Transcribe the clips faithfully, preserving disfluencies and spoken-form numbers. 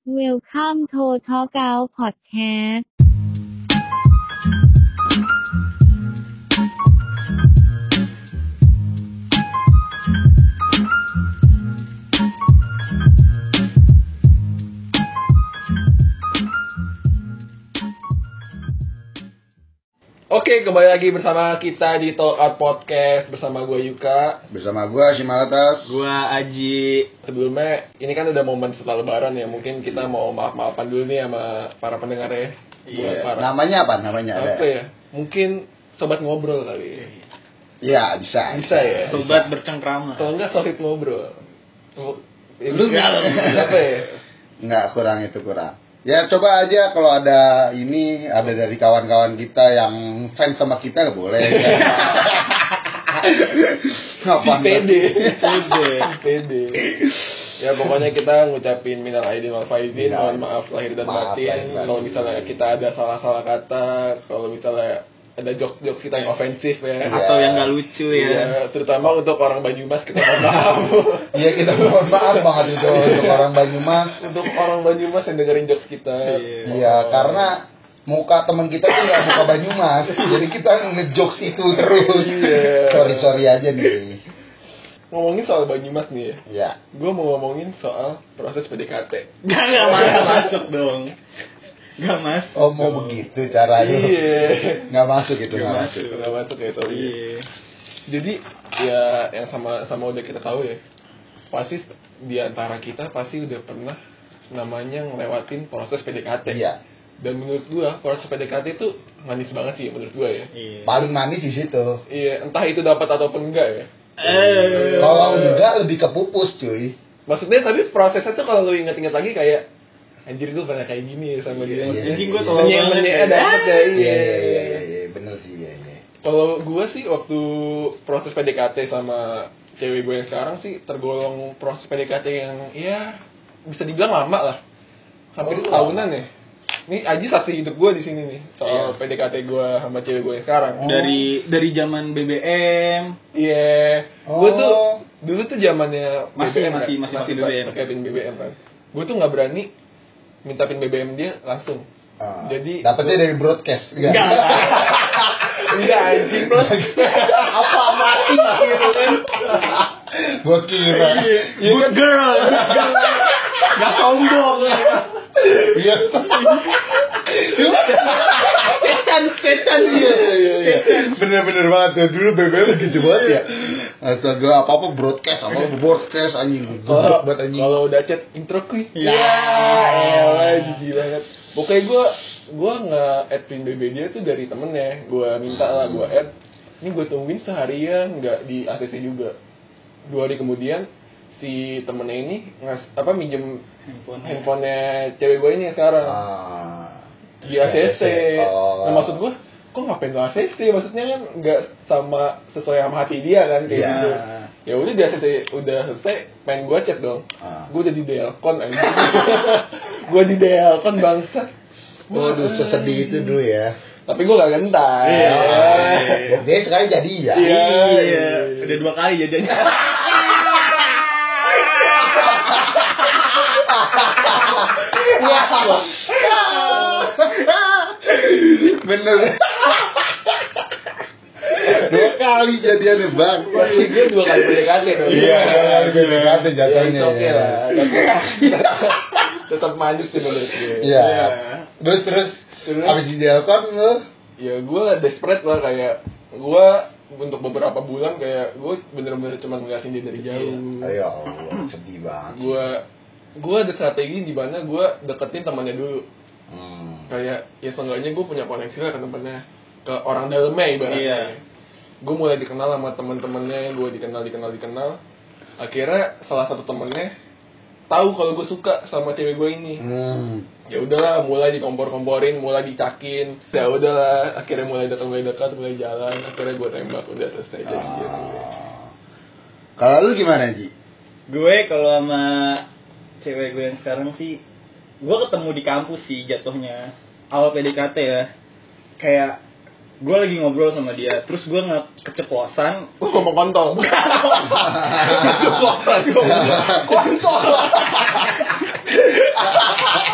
Welcome to Talk Out Podcast Oke, kembali lagi bersama kita di Talk Out Podcast bersama gue Yuka, bersama gue Shimalatas, gue Aji. Sebelumnya, ini kan udah momen setelah Lebaran ya, mungkin kita mau maaf-maafan dulu nih sama para pendengar ya. Iya. Para... Namanya apa? Namanya apa ada. ya? Mungkin sobat ngobrol kali. Iya, bisa. Bisa ya. Sobat bercengkrama. Kalau enggak sohib ngobrol. Lu enggak apa ya? Enggak, kurang itu kurang. Ya coba aja kalau ada ini ada dari kawan-kawan kita yang fans sama kita boleh. Apa pede? Pede. Pede. Ya pokoknya kita ngucapin minal aidin wal faizin, mohon maaf lahir dan batin. Kalau misalnya kita ada salah-salah kata, kalau misalnya ada jokes-jokes kita yang ofensif ya, atau yang nggak lucu ya. Iya, terutama untuk orang Banyumas kita mohon maaf. Iya, kita mohon maaf banget itu untuk orang Banyumas. Untuk orang Banyumas yang dengerin jokes kita. Iya, oh. Karena muka teman kita tuh nggak muka Banyumas, jadi kita ngejokes itu terus. Iya. Sorry sorry aja nih. Ngomongin soal Banyumas nih ya. Iya. Gue mau ngomongin soal proses P D K T. Gak nggak masuk masuk dong. Gak masuk. Oh mau dong. Begitu caranya. Iya. Nggak masuk itu nggak masuk. Nggak masuk ya sorry. Iya. Jadi ya yang sama sama udah kita tahu ya. Pasti di antara kita pasti udah pernah namanya ngelewatin proses P D K T. Iya. Dan menurut gua proses P D K T itu manis banget sih menurut gua ya. Iya. Paling manis di situ. Iya, entah itu dapat ataupun enggak ya. Eh. Kalau enggak lebih ke pupus cuy. Maksudnya tapi prosesnya tuh kalau lu inget-inget lagi kayak anjir gue pernah kayak gini ya sama dia. Jadi gue tau banget ya dapet ya. Iya iya iya bener sih iya iya. Kalau gue sih waktu proses P D K T sama cewek gue yang sekarang sih tergolong proses P D K T yang ya bisa dibilang lama lah. Hampir oh, setahunan ya. Ini Aji saksi hidup gue di sini nih soal iya. P D K T gue sama cewek gue yang sekarang. Dari dari zaman B B M. Iya. Yeah. Oh. Gue tuh dulu tuh zamannya masih, B B M masih kan? masih masih B B M. Pakai pin B B M kan. Gue tuh nggak berani minta pin B B M dia langsung. Uh, Jadi dapetnya dari broadcast. Enggak. Enggak anjing plus apa mati gitu kan. Gua kira. Good girl. Gak sombong. Iya. Setan, setan Iya iya iya. Bener-bener banget tuh. Dulu B B M gitu banget ya. Astaga apa-apa broadcast, apa broadcast anjing. Gebuk banget anjing. Kalau udah chat intro kuy. Ya, elah jijik banget. Pokoknya gue gue nge-add pin B B dia tuh dari temennya. Gue minta lah gue add. Ini gue tungguin seharian nggak di A C C juga. Dua hari kemudian si temennya ini ngas apa minjem handphone handphonenya cewek gue ini sekarang ah, di A C C. Oh. Nah maksud gue kok ngapain lo A C C? Maksudnya kan nggak sama sesuai sama hati dia kan kayak yeah. gitu. Ya udah di A C C udah selesai, main gue chat dong. Ah. Gue udah di Delcon aja. Gue di Delcon bangsat. Waduh sesedih itu dulu ya. Tapi gue gak gentar. Iya. Dia sekali jadi ya. Iya. Iya. Udah dua kali jadinya. Bener. Dua kali jadiannya bang. Pasti gue dua kali P D K T dong. Iya, P D K T jatuhnya. Ya, oke lah. Tetap manis sih menurut gue. Iya. Terus terus. Abis di Delcon lo? Ya gue desperate lah kayak gue untuk beberapa bulan kayak gue bener-bener cuma ngeliatin dia dari jauh. Ayo Allah sedih banget. Gue gue ada strategi di mana gue deketin temannya dulu. Hmm. Kayak ya seenggaknya gue punya koneksi lah ke temennya, ke orang dalamnya ibaratnya. Iya. Gue mulai dikenal sama teman-temannya, gue dikenal dikenal dikenal. Akhirnya salah satu temennya tahu kalau gue suka sama cewek gue ini. Hmm. Ya udahlah, mulai dikompor-komporin, mulai dicakin. Ya udahlah, akhirnya mulai datang, mulai dekat, mulai jalan. Akhirnya gue tembak, udah selesai jadian. Oh. Kalau lu gimana Ji? Gue kalau sama cewek gue yang sekarang sih, gue ketemu di kampus sih jatuhnya. Awal P D K T ya. Kayak gue lagi ngobrol sama dia, terus gue nggak keceplosan. Gue ngomong kontol. Keceplosan. Kontol.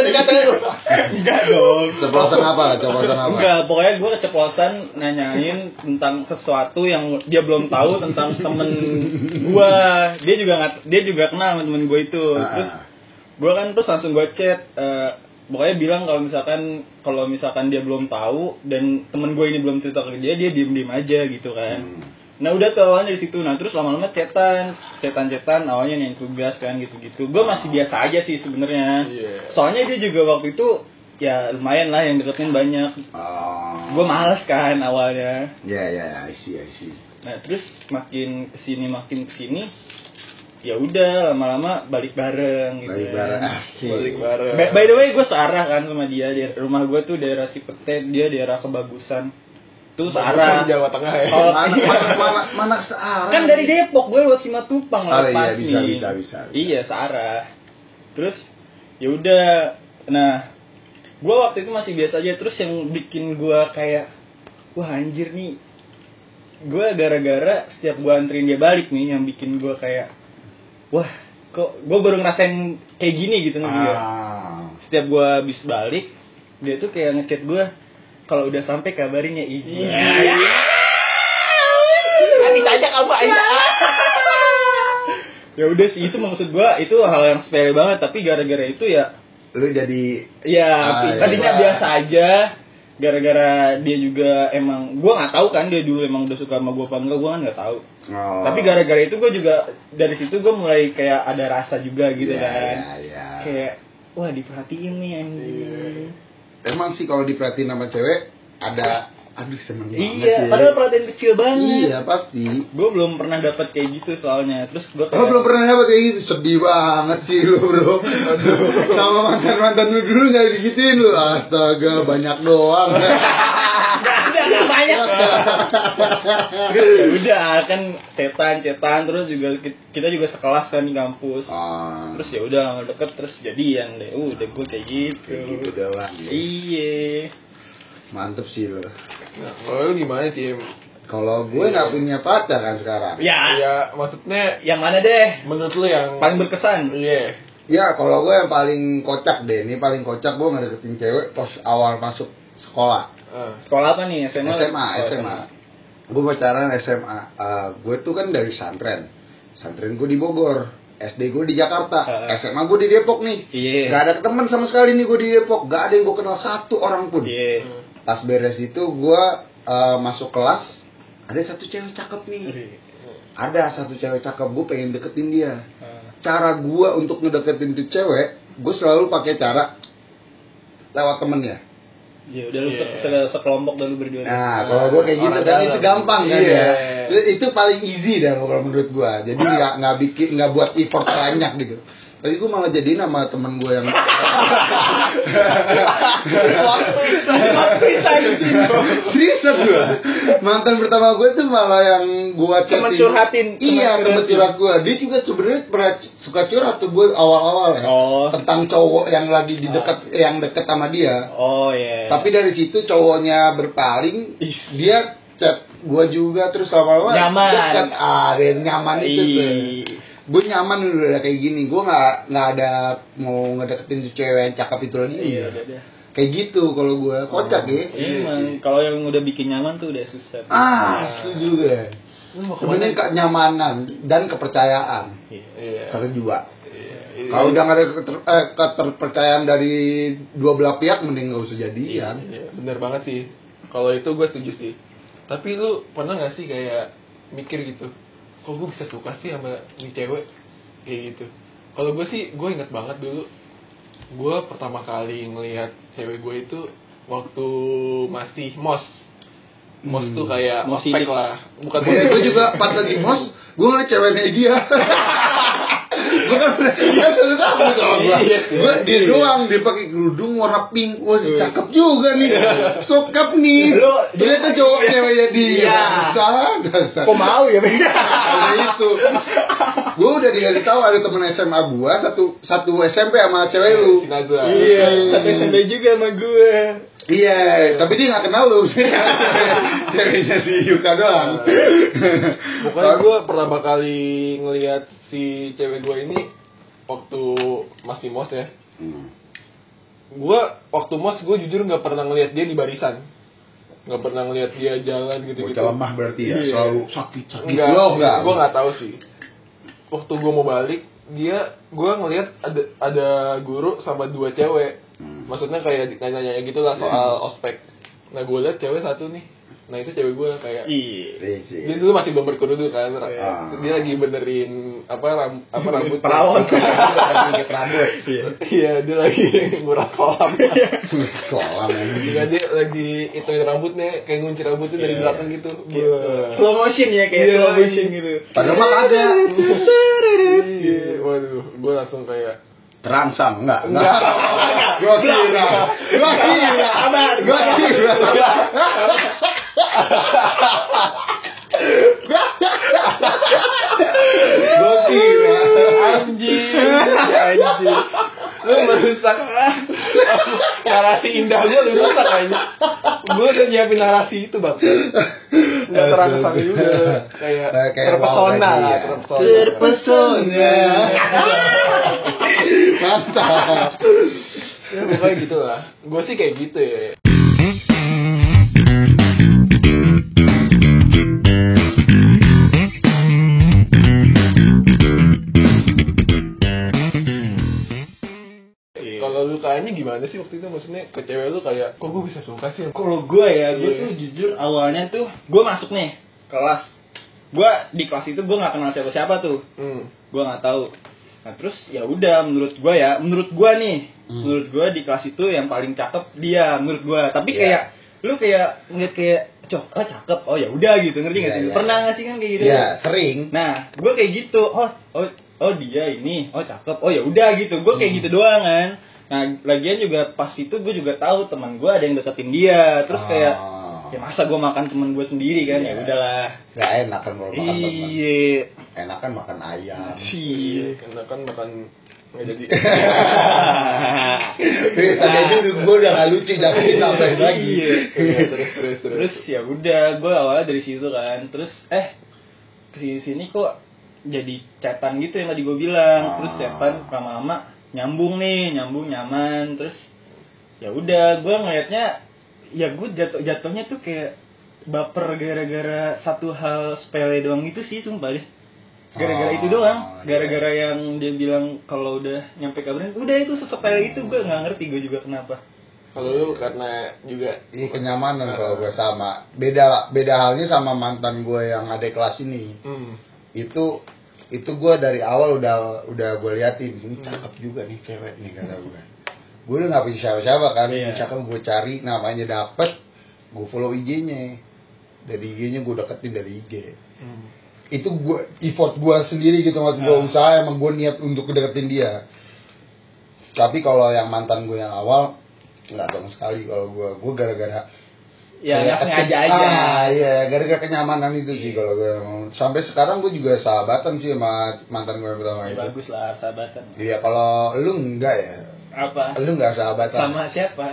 katanya lu. Enggak dong. Ceplosan apa? Ceplosan apa? Enggak, pokoknya gue keceplosan nanyain tentang sesuatu yang dia belum tahu tentang temen gue. Dia juga nggak, dia juga kenal sama temen gue itu. Terus gue kan terus langsung gue chat. Uh, pokoknya bilang kalau misalkan kalau misalkan dia belum tahu dan temen gue ini belum cerita ke dia, dia diem diem aja gitu kan. Hmm. Nah udah tuh awalnya di situ. Nah terus lama-lama chatan, chatan-chatan awalnya nih tugas kan gitu-gitu. Gue masih biasa aja sih sebenarnya. Yeah. Soalnya dia juga waktu itu ya lumayan lah yang deketin banyak. Oh. Gue males kan awalnya. Ya yeah, ya, yeah, I see, I see. Nah terus makin kesini makin kesini, ya udah lama-lama balik bareng gitu. Balik bareng. Ya. Balik bareng. By, by the way gue searah kan sama dia. Di rumah gue tuh daerah Cipete, dia daerah Kebagusan. Itu searah Jawa Tengah ya. Oh, mana, mana, mana, mana searah? Kan dari Depok gue lewat Simatupang lewat oh, pas iya, bisa, nih. Bisa, bisa, bisa. Iya, searah. Terus ya udah. Nah, gue waktu itu masih biasa aja. Terus yang bikin gue kayak wah anjir nih. Gue gara-gara setiap gue anterin dia balik nih yang bikin gue kayak wah, kok gue baru ngerasain kayak gini gitu nih dia. Ah. Setiap gue habis balik, dia tuh kayak ngechat gue, kalau udah sampai kabarin ya Iya. Iya. Nanti saja kamu aja. Ya udah sih itu maksud gue itu hal yang sepele banget tapi gara-gara itu ya lu jadi ya ah, tadinya ya. Biasa aja. Gara-gara dia juga emang gue nggak tahu kan dia dulu emang udah suka sama gue apa enggak, gue kan nggak tahu. Oh. Tapi gara-gara itu gue juga dari situ gue mulai kayak ada rasa juga gitu yeah, kan. Yeah, yeah. Kayak wah diperhatiin nih anjing. Yeah. Emang sih kalau diperhatiin sama cewek ada aduh seneng banget iya, ya. Padahal perhatian kecil banget. Iya pasti. Gue belum pernah dapat kayak gitu soalnya. Terus gue kayak... Oh belum pernah dapat kayak gitu, sedih banget sih lu bro. Aduh. Sama mantan mantan lu dulu nggak digituin lu, astaga banyak doang. Gak ada gak banyak. Terus ya udah kan cetan cetan terus juga kita juga sekelas kan di kampus. Ah. Terus ya udah lama deket terus jadian deh. Uh, udah gue kayak gitu. Kayak gitu doang. Ya. Iya. Mantep sih lo. Nah, kalau lu gimana Cim? Kalau gue nggak punya pacar kan sekarang. Ya. Ya maksudnya yang mana deh? Menurut lu yang paling berkesan? Iya. Yeah. Ya kalau gue yang paling kocak deh. Ini paling kocak gue ngedeketin cewek pas awal masuk sekolah. Uh. Sekolah apa nih? S M A? S M A, oh, S M A. Gue pacaran S M A. Uh, gue tuh kan dari santren. Santren gue di Bogor. S D gue di Jakarta. Uh. S M A gue di Depok nih. Yeah. Gak ada teman sama sekali nih gue di Depok. Gak ada yang gue kenal satu orang pun. Yeah. Pas beres itu gue uh, masuk kelas, ada satu cewek cakep nih. Ada satu cewek cakep, gue pengen deketin dia. Cara gue untuk ngedeketin tuh cewek, gue selalu pakai cara lewat temennya. Ya udah lu yeah. sekelompok dulu berdua. Nah, kalau gue kayak gitu kan itu gampang kan yeah. ya. Itu paling easy dah kalau menurut gue. Jadi nggak nggak bikin nggak buat effort banyak gitu. Tapi gue malah jadiin sama temen gue yang seriusan gue. Mantan pertama gue tuh malah yang gue chatting. Temen curhatin. Iya, temen curhat gue. Dia juga sebenarnya pernah suka curhat tuh gue awal-awal ya. Oh. Tentang cowok yang lagi di dekat, oh. yang deket sama dia. Oh iya. Yeah. Tapi dari situ cowoknya berpaling, dia chat gue juga terus lama-lama dekat. Ah, dia nyaman itu tuh. Gue nyaman udah ada kayak gini, gue nggak nggak ada mau ngedeketin cewek yang cakep itu lagi. Iya, udah, udah. Kayak gitu kalau gue kocak oh, ya. Emang kalau yang udah bikin nyaman tuh udah susah. Ah, setuju gue. Sebenarnya kenyamanan dan kepercayaan. Iya. Kedua. Iya. Kalau udah nggak ada keter, eh, keterpercayaan dari dua belah pihak, mending nggak usah jadian. Iya, bener banget sih. Kalau itu gue setuju sih. Tapi lu pernah nggak sih kayak mikir gitu? Kok gue bisa suka sih sama ini cewek kayak gitu. Kalau gue sih, gue inget banget dulu gue pertama kali ngelihat cewek gue itu waktu masih mos mos hmm. tuh kayak ospek lah, bukan ya, gue juga pas lagi mos gue ngeliat ceweknya dia. Gue kan dia selalu tahu sama gue. Gue dia doang dia pakai kerudung warna pink, wah cakep juga nih, sokap nih. Ternyata cowok ceweknya dia. Bisa, kok mau ya beda. Karena itu, gue udah dikasih tahu ada temen S M A gue satu satu S M P sama cewek lu. Iya, satu S M P juga sama gue. Iya, tapi dia nggak kenal lu. Ceweknya si Yuka doang. Pokoknya gue pertama kali ngelihat si cewek gue ini waktu masih mos ya. Hmm. gue waktu mos gue jujur nggak pernah ngeliat dia di barisan, nggak pernah ngeliat dia jalan gitu gitu. Bocah lemah berarti ya, Iya. selalu sakit sakit Enggak, lo enggak. gue nggak tahu sih. Waktu gue mau balik, dia gue ngeliat ada ada guru sama dua cewek. Hmm. Maksudnya kayak nanya-nanya gitu lah soal ospek. Nah gue liat cewek satu nih. Nah itu cewek gue kayak Iya. dia dulu masih belum berkerudung kan. Ah. Dia lagi benerin apa ram, apa rambut Perawat. Kayak rambut. Iya, dia lagi nguras kolam. Kolam ini. Juga dia lagi ituin rambutnya, kayak ngunci rambutnya dari Iya. belakang gitu. Gitu. Wah. Slow motion ya kayak Iya, slow motion iya. gitu. Padahal mah ada. Iya, waduh, gue langsung kayak Terangsang enggak? enggak. Gua kira. Gua kira. Aman. Gua kira. Gua kira. Anjing, anjing. Lu merusak narasi indah gue, lu rusak aja. Gue udah nyiapin narasi itu bang. Nggak terangsang juga, kayak Kayak terpesona, wow tadi ya. terpesona. Terpesona. Mantap. Ya pokoknya gitu lah. Gue sih kayak gitu ya. Kalau lu kayaknya gimana sih waktu itu, maksudnya ke cewek lu kayak, kok gue bisa suka sih? Kalau gue ya, gue Iya. tuh jujur awalnya tuh gue masuk nih kelas. Gue di kelas itu gue nggak kenal siapa-siapa tuh, Hmm. gue nggak tahu. Nah terus ya udah, menurut gue ya, menurut gue nih, Hmm. menurut gue di kelas itu yang paling cakep dia, menurut gue. Tapi Iya. kayak lu kayak ngeliat kayak, cok, oh cakep, oh ya udah gitu, ngerti nggak Iya, sih? iya. Pernah nggak sih kan kayak gitu? Iya, sering. Nah, gue kayak gitu. Oh, oh, oh dia ini, oh cakep. Oh ya udah gitu. Gue kayak Hmm. gitu doang kan. Nah, lagian juga pas itu gue juga tahu teman gue ada yang deketin dia. Terus kayak, Oh. ya masa gue makan teman gue sendiri kan? Iya. Ya udahlah. Gak enak kan kalau makan teman. Iya. Enak kan makan ayam. Iya. Karena kan makan nggak jadi. Terus tadi aja gue udah gak lucu, jangan ditambahin lagi. Iya. Iya, terus terus terus. Terus ya udah, gue awalnya dari situ kan. Terus eh kesini sini kok jadi chatan gitu yang tadi gue bilang. Terus Ah. chatan lama-lama nyambung nih, nyambung nyaman. Terus ya udah, gue ngelihatnya ya gue jatuh jatuhnya tuh kayak baper gara-gara satu hal sepele doang itu sih, sumpah deh. Gara-gara Oh, itu doang, iya. gara-gara yang dia bilang kalau udah nyampe kabarin, udah itu sesepele itu, gue nggak ngerti gue juga kenapa. Kalau lu karena juga Iya, kenyamanan kalau gue sama. Beda beda halnya sama mantan gue yang ada kelas ini. hmm. Itu itu gue dari awal udah udah gue liatin, ini cakep juga nih cewek nih kata gue. Gue udah nggak punya siapa-siapa kan, Iya. ini cakep, gue cari namanya dapet, gue follow I G-nya, dari I G-nya gue deketin dari I G. Hmm. Itu gue effort gue sendiri gitu, maksud gue Ah. usaha, emang gue niat untuk deketin dia. Tapi kalau yang mantan gue yang awal nggak sama sekali. Kalau gue gue gara-gara Ya kayak nggak sengaja kece- aja. Ah, iya, gara-gara kenyamanan itu sih kalau gue. Sampai sekarang gue juga sahabatan sih sama mantan gue yang pertama Ya, itu. bagus lah sahabatan. Iya, kalau lu enggak ya. Apa? Lu enggak sahabatan. Sama siapa?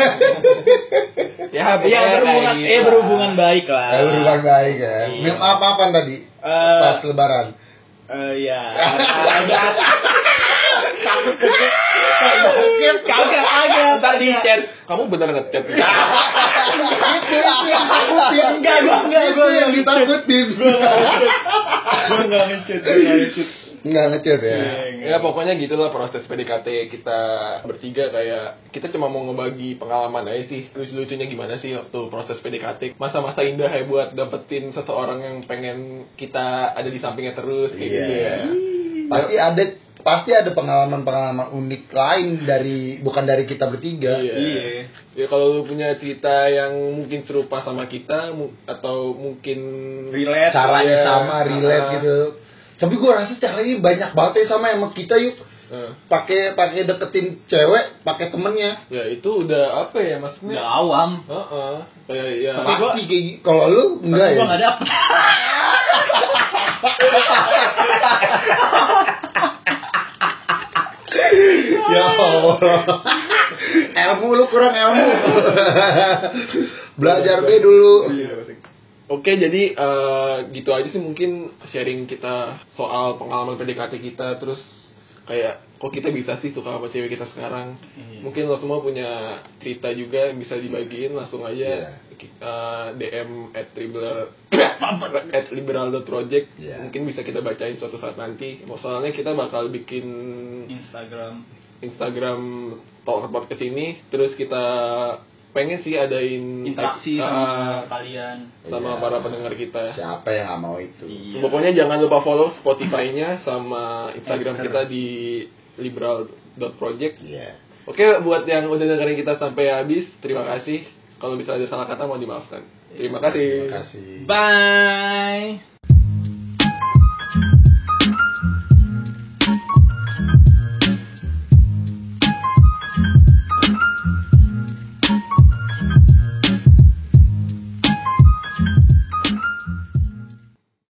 Ya, ya berhubungan, kayak eh gitu berhubungan baik lah. Eh, berhubungan baik ya. Iya. Mem apa-apaan tadi? Eh, Pas lebaran. Eh ya, agak takut kecil, kagak, kagak, kagak, Tadi chat, kamu bener ngechat? Itu yang takutin, enggak, gua enggak, Itu gua yang enggak ditakutin. gua enggak ngechat, gua enggak ngechat. Enggak ngechat ya. Ya pokoknya gitulah proses P D K T kita bertiga, kayak kita cuma mau ngebagi pengalaman aja sih, lucu-lucunya gimana sih waktu proses P D K T, masa-masa indah ya buat dapetin seseorang yang pengen kita ada di sampingnya terus kayak Iya. gitu ya. Pasti ada pasti ada pengalaman-pengalaman unik lain dari bukan dari kita bertiga. Iya. Iya. Ya kalau lu punya cerita yang mungkin serupa sama kita mu- atau mungkin Relate. Caranya Iya. sama, relate Ah. gitu. Tapi gue rasa caranya banyak banget ya sama sama kita yuk. Eh, Pakai pakai deketin cewek, pakai temennya. ya itu udah apa ya maksudnya? Udah awam. Heeh. Kayak ya. Tapi gua- Pasti kayak gitu. Kalau lu enggak Tapi ya? gua enggak dapet. Ya Allah. Ilmu lu kurang ilmu. Belajar be dulu. Iya, asik. Oke, jadi eh, gitu aja sih mungkin sharing kita soal pengalaman P D K T kita. Terus kayak kok kita bisa sih suka sama cewek kita sekarang. Iya. Mungkin lo semua punya cerita juga yang bisa dibagiin, langsung aja Iya. uh, D M at liberal at liberal.project. Iya. Mungkin bisa kita bacain suatu saat nanti. Soalnya kita bakal bikin Instagram Instagram Talk Podcast ini, terus kita pengen sih adain interaksi uh, sama kalian, sama Iya. para pendengar kita. Siapa yang nggak mau itu? Iya. Pokoknya jangan lupa follow Spotify-nya sama Instagram Anchor. kita di liberal.project. Iya. Oke, buat yang udah dengerin kita sampai habis, terima kasih. Kalau bisa ada salah kata, mohon dimaafkan. Terima kasih. Terima kasih. bye.